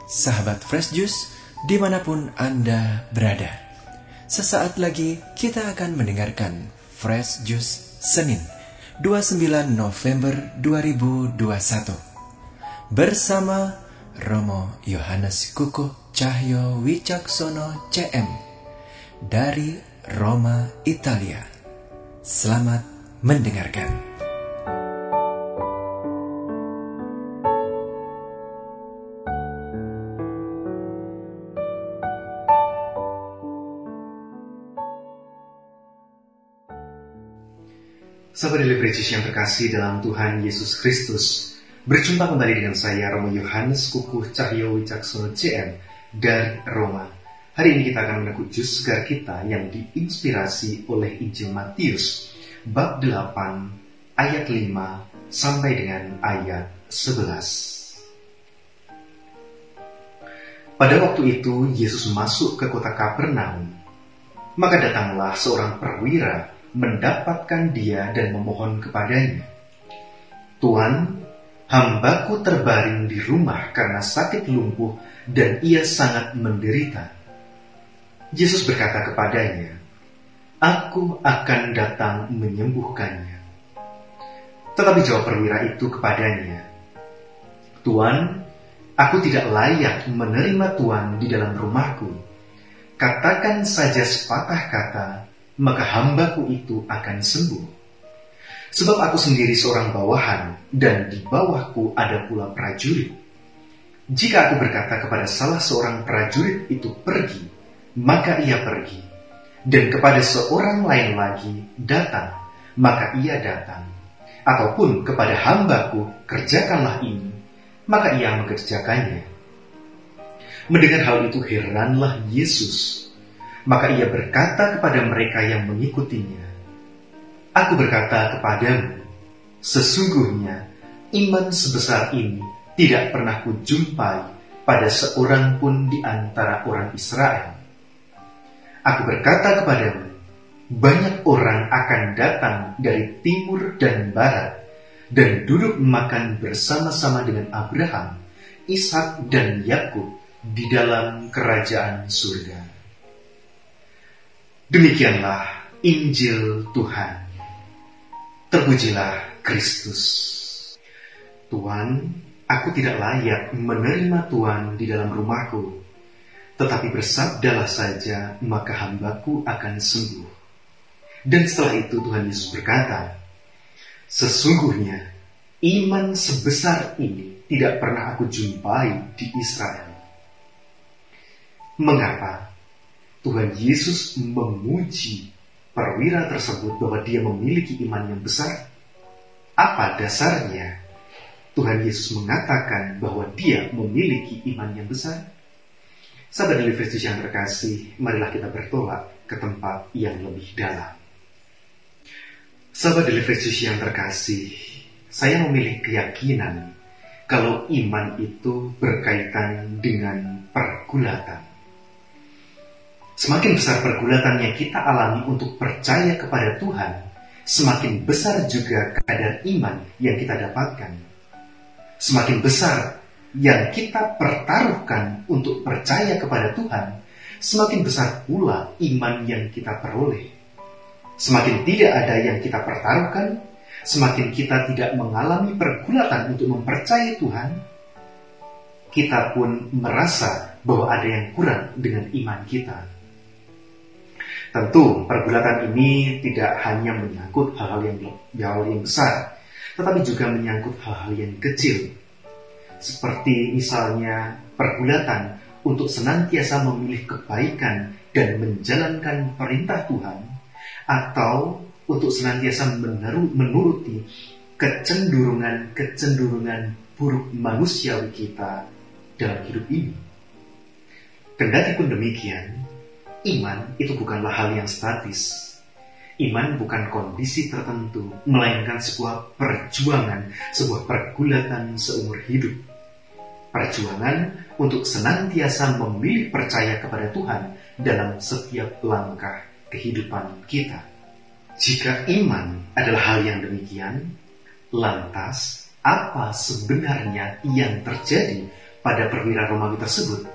sahabat Fresh Juice, dimanapun Anda berada. Sesaat lagi kita akan mendengarkan Fresh Juice Senin 29 November 2021 bersama Romo Yohanes Kukuh Cahyo Wicaksono CM dari Roma, Italia. Selamat mendengarkan. Sahabat Daily Preachers yang terkasih dalam Tuhan Yesus Kristus, berjumpa kembali dengan saya Romo Yohanes Kukuh Cahyo Wicaksono CM dari Roma. Hari ini kita akan menekuk jus segar kita yang diinspirasi oleh Injil Matius bab 8 ayat 5 sampai dengan ayat 11. Pada waktu itu Yesus masuk ke kota Kapernaum. Maka datanglah seorang perwira mendapatkan dia dan memohon kepadanya, "Tuan, hambaku terbaring di rumah karena sakit lumpuh dan ia sangat menderita." Yesus berkata kepadanya, "Aku akan datang menyembuhkannya." Tetapi jawab perwira itu kepadanya, "Tuan, aku tidak layak menerima Tuan di dalam rumahku. Katakan saja sepatah kata, maka hambaku itu akan sembuh. Sebab aku sendiri seorang bawahan, dan di bawahku ada pula prajurit. Jika aku berkata kepada salah seorang prajurit itu pergi, maka ia pergi. Dan kepada seorang lain lagi datang, maka ia datang. Ataupun kepada hambaku, kerjakanlah ini, maka ia mengerjakannya." Mendengar hal itu heranlah Yesus. Maka ia berkata kepada mereka yang mengikutinya, "Aku berkata kepadamu, sesungguhnya iman sebesar ini tidak pernah kujumpai pada seorang pun di antara orang Israel. Aku berkata kepadamu, banyak orang akan datang dari timur dan barat dan duduk makan bersama-sama dengan Abraham, Ishak dan Yakub di dalam kerajaan surga." Demikianlah Injil Tuhan. Terpujilah Kristus. "Tuan, aku tidak layak menerima Tuan di dalam rumahku, tetapi bersabdalah saja, maka hambaku akan sembuh." Dan setelah itu Tuhan Yesus berkata, "Sesungguhnya iman sebesar ini tidak pernah aku jumpai di Israel." Mengapa Tuhan Yesus memuji perwira tersebut bahwa dia memiliki iman yang besar? Apa dasarnya Tuhan Yesus mengatakan bahwa dia memiliki iman yang besar? Sahabat Daily Preachers yang terkasih, marilah kita bertolak ke tempat yang lebih dalam. Sahabat Daily Preachers yang terkasih, saya memiliki keyakinan kalau iman itu berkaitan dengan pergulatan. Semakin besar pergulatan yang kita alami untuk percaya kepada Tuhan, semakin besar juga kadar iman yang kita dapatkan. Semakin besar yang kita pertaruhkan untuk percaya kepada Tuhan, semakin besar pula iman yang kita peroleh. Semakin tidak ada yang kita pertaruhkan, semakin kita tidak mengalami pergulatan untuk mempercayai Tuhan, kita pun merasa bahwa ada yang kurang dengan iman kita. Tentu pergulatan ini tidak hanya menyangkut hal-hal yang besar, tetapi juga menyangkut hal-hal yang kecil. Seperti misalnya pergulatan untuk senantiasa memilih kebaikan dan menjalankan perintah Tuhan, atau untuk senantiasa menuruti kecenderungan buruk manusiawi kita dalam hidup ini. Kendati pun demikian, iman itu bukanlah hal yang statis. Iman bukan kondisi tertentu, melainkan sebuah perjuangan, sebuah pergulatan seumur hidup. Perjuangan untuk senantiasa memilih percaya kepada Tuhan dalam setiap langkah kehidupan kita. Jika iman adalah hal yang demikian, lantas apa sebenarnya yang terjadi pada perwira Romawi tersebut.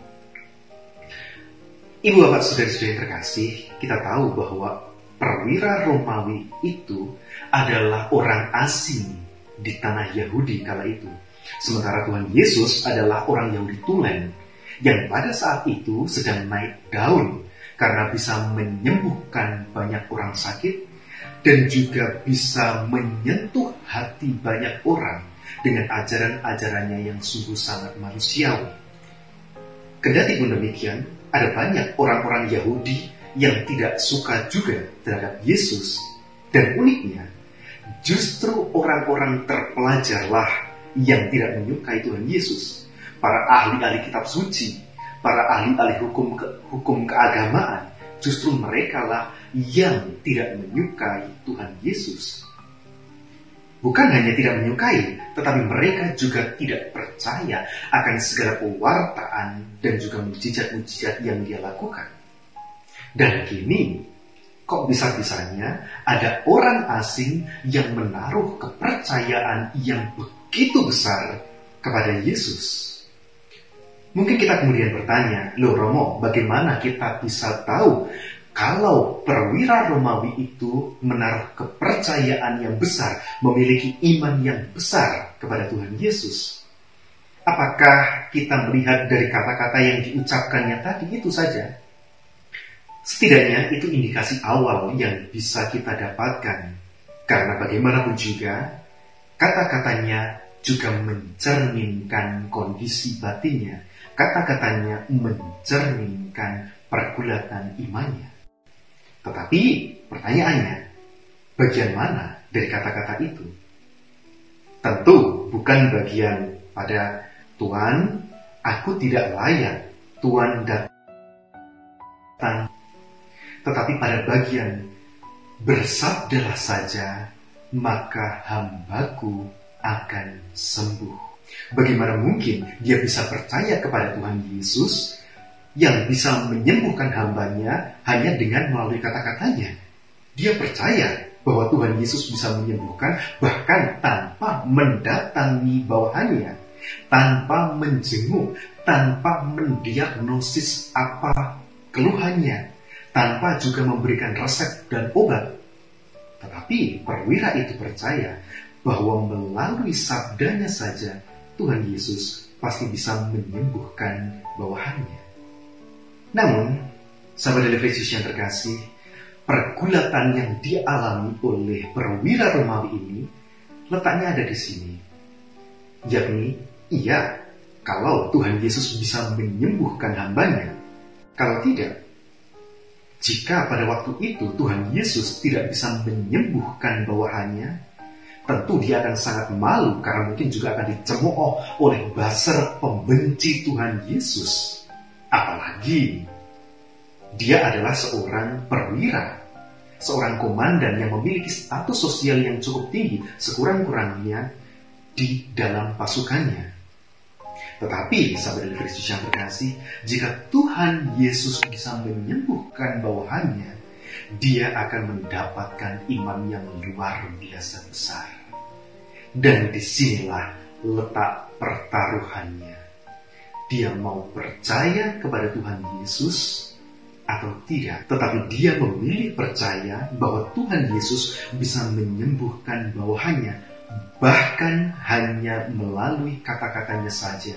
Ibu bapak saudara-saudara yang terkasih, kita tahu bahwa perwira Romawi itu adalah orang asing di tanah Yahudi kala itu. Sementara Tuhan Yesus adalah orang Yahudi tulen yang pada saat itu sedang naik daun karena bisa menyembuhkan banyak orang sakit dan juga bisa menyentuh hati banyak orang dengan ajaran-ajarannya yang sungguh sangat manusiawi. Kendati pun demikian, ada banyak orang-orang Yahudi yang tidak suka juga terhadap Yesus. Dan uniknya, justru orang-orang terpelajarlah yang tidak menyukai Tuhan Yesus. Para ahli-ahli kitab suci, para ahli-ahli hukum keagamaan, justru merekalah yang tidak menyukai Tuhan Yesus. Bukan hanya tidak menyukai, tetapi mereka juga tidak percaya akan segala pewartaan dan juga mujizat-mujizat yang dia lakukan. Dan kini, kok bisa-bisanya ada orang asing yang menaruh kepercayaan yang begitu besar kepada Yesus? Mungkin kita kemudian bertanya, loh Romo, bagaimana kita bisa tahu kalau perwira Romawi itu menaruh kepercayaan yang besar, memiliki iman yang besar kepada Tuhan Yesus? Apakah kita melihat dari kata-kata yang diucapkannya tadi itu saja? Setidaknya itu indikasi awal yang bisa kita dapatkan. Karena bagaimanapun juga, kata-katanya juga mencerminkan kondisi batinnya. Kata-katanya mencerminkan pergulatan imannya. Tetapi pertanyaannya, bagian mana dari kata-kata itu? Tentu bukan bagian pada Tuhan, aku tidak layak, Tuhan datang. Tetapi pada bagian, bersabdalah saja, maka hambaku akan sembuh. Bagaimana mungkin dia bisa percaya kepada Tuhan Yesus yang bisa menyembuhkan hambanya hanya dengan melalui kata-katanya? Dia percaya bahwa Tuhan Yesus bisa menyembuhkan bahkan tanpa mendatangi bawahannya, tanpa menjenguk, tanpa mendiagnosis apa keluhannya, tanpa juga memberikan resep dan obat. Tetapi perwira itu percaya bahwa melalui sabdanya saja Tuhan Yesus pasti bisa menyembuhkan bawahannya. Namun, sahabat Yesus yang terkasih, pergulatan yang dialami oleh perwira Romawi ini letaknya ada di sini. Yakni, iya, kalau Tuhan Yesus bisa menyembuhkan hambanya. Kalau tidak, jika pada waktu itu Tuhan Yesus tidak bisa menyembuhkan bawahannya, tentu dia akan sangat malu karena mungkin juga akan dicemooh oleh buzzer pembenci Tuhan Yesus. Apalagi dia adalah seorang perwira, seorang komandan yang memiliki status sosial yang cukup tinggi, sekurang-kurangnya di dalam pasukannya. Tetapi, sahabat Kristus yang terkasih, jika Tuhan Yesus bisa menyembuhkan bawahannya, dia akan mendapatkan iman yang luar biasa besar. Dan disinilah letak pertaruhannya. Dia mau percaya kepada Tuhan Yesus atau tidak. Tetapi dia memilih percaya bahwa Tuhan Yesus bisa menyembuhkan bawahannya, bahkan hanya melalui kata-katanya saja.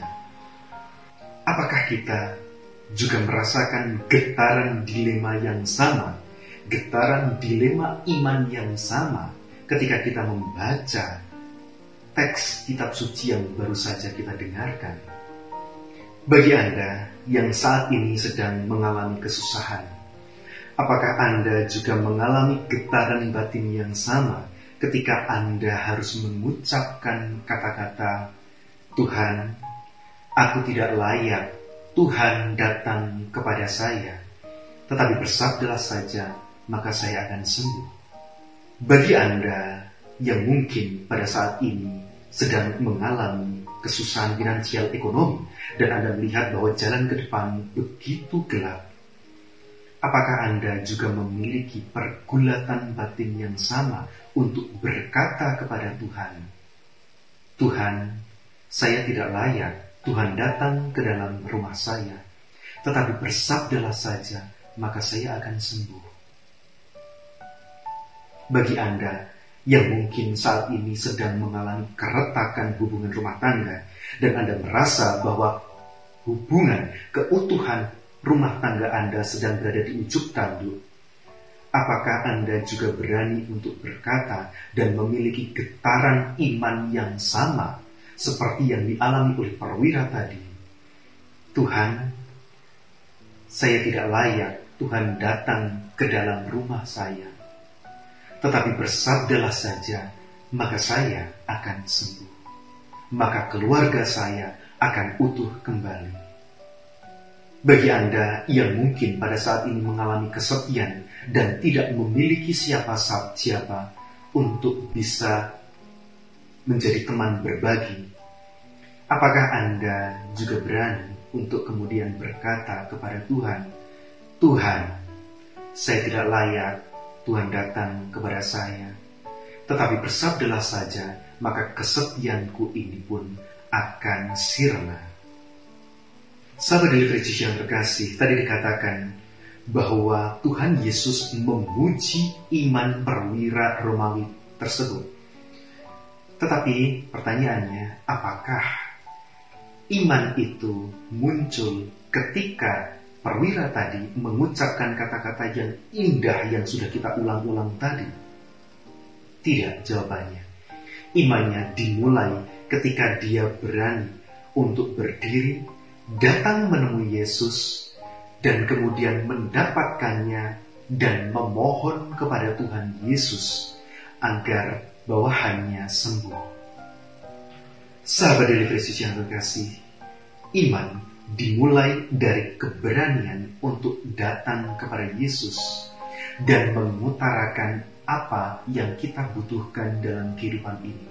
Apakah kita juga merasakan getaran dilema yang sama, getaran dilema iman yang sama ketika kita membaca teks kitab suci yang baru saja kita dengarkan? Bagi Anda yang saat ini sedang mengalami kesusahan, apakah Anda juga mengalami getaran batin yang sama ketika Anda harus mengucapkan kata-kata, Tuhan, aku tidak layak, Tuhan datang kepada saya, tetapi bersabdalah saja, maka saya akan sembuh. Bagi Anda yang mungkin pada saat ini sedang mengalami kesusahan finansial ekonomi, dan Anda melihat bahwa jalan ke depan begitu gelap, apakah Anda juga memiliki pergulatan batin yang sama untuk berkata kepada Tuhan, Tuhan, saya tidak layak, Tuhan datang ke dalam rumah saya, tetapi bersabdalah saja, maka saya akan sembuh. Bagi Anda yang mungkin saat ini sedang mengalami keretakan hubungan rumah tangga, dan Anda merasa bahwa hubungan keutuhan rumah tangga Anda sedang berada di ujung tanduk, apakah Anda juga berani untuk berkata dan memiliki getaran iman yang sama seperti yang dialami oleh perwira tadi? Tuhan, saya tidak layak Tuhan datang ke dalam rumah saya, tetapi bersabdalah saja, maka saya akan sembuh. Maka keluarga saya akan utuh kembali. Bagi Anda yang mungkin pada saat ini mengalami kesepian dan tidak memiliki siapa-siapa untuk bisa menjadi teman berbagi, apakah Anda juga berani untuk kemudian berkata kepada Tuhan, Tuhan, saya tidak layak Tuhan datang kepada saya, tetapi bersabdalah saja, maka kesepianku ini pun akan sirna. Sahabat Daily Preachers yang terkasih, tadi dikatakan bahwa Tuhan Yesus memuji iman perwira Romawi tersebut. Tetapi pertanyaannya, apakah iman itu muncul ketika perwira tadi mengucapkan kata-kata yang indah yang sudah kita ulang-ulang tadi? Tidak, jawabannya. Imannya dimulai ketika dia berani untuk berdiri, datang menemui Yesus, dan kemudian mendapatkannya dan memohon kepada Tuhan Yesus agar bawahannya sembuh. Sahabat Daily Preachers yang terkasih, iman dimulai dari keberanian untuk datang kepada Yesus dan mengutarakan apa yang kita butuhkan dalam kehidupan ini.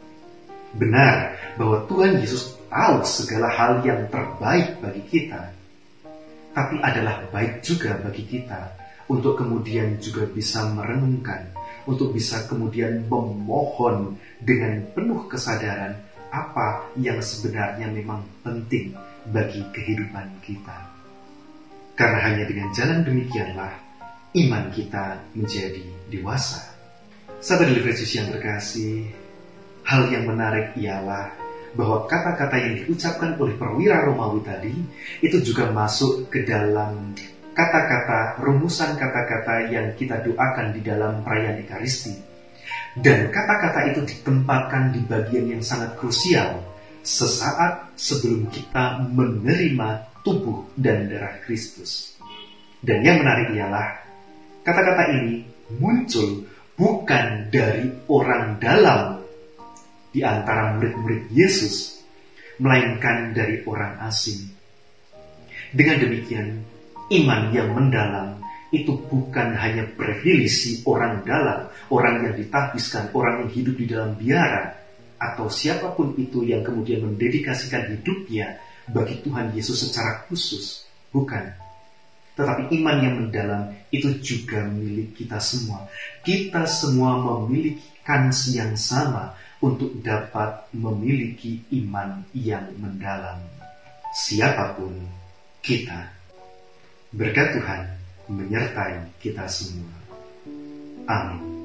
Benar bahwa Tuhan Yesus tahu segala hal yang terbaik bagi kita, tapi adalah baik juga bagi kita untuk kemudian juga bisa merenungkan, untuk bisa kemudian memohon dengan penuh kesadaran apa yang sebenarnya memang penting bagi kehidupan kita. Karena hanya dengan jalan demikianlah iman kita menjadi dewasa. Sahabat Daily Preachers yang terkasih, hal yang menarik ialah bahwa kata-kata yang diucapkan oleh perwira Romawi tadi itu juga masuk ke dalam kata-kata, rumusan kata-kata yang kita doakan di dalam perayaan Ekaristi. Dan kata-kata itu ditempatkan di bagian yang sangat krusial sesaat sebelum kita menerima tubuh dan darah Kristus. Dan yang menarik ialah kata-kata ini muncul bukan dari orang dalam di antara murid-murid Yesus, melainkan dari orang asing. Dengan demikian, iman yang mendalam itu bukan hanya privilege orang dalam, orang yang ditahbiskan, orang yang hidup di dalam biara, atau siapapun itu yang kemudian mendedikasikan hidupnya bagi Tuhan Yesus secara khusus. Bukan. Tetapi iman yang mendalam itu juga milik kita semua. Kita semua memiliki kans yang sama untuk dapat memiliki iman yang mendalam. Siapapun kita. Berkat Tuhan menyertai kita semua. Amin.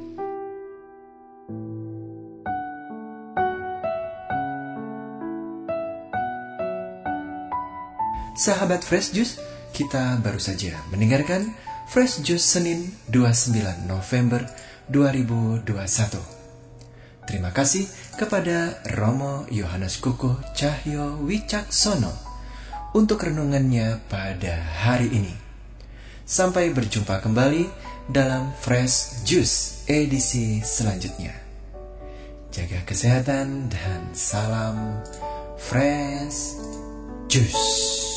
Sahabat Fresh Juice, kita baru saja mendengarkan Fresh Juice Senin 29 November 2021. Terima kasih kepada Romo Yohanes Kukuh Cahyo Wicaksono untuk renungannya pada hari ini. Sampai berjumpa kembali dalam Fresh Juice edisi selanjutnya. Jaga kesehatan dan salam Fresh Juice.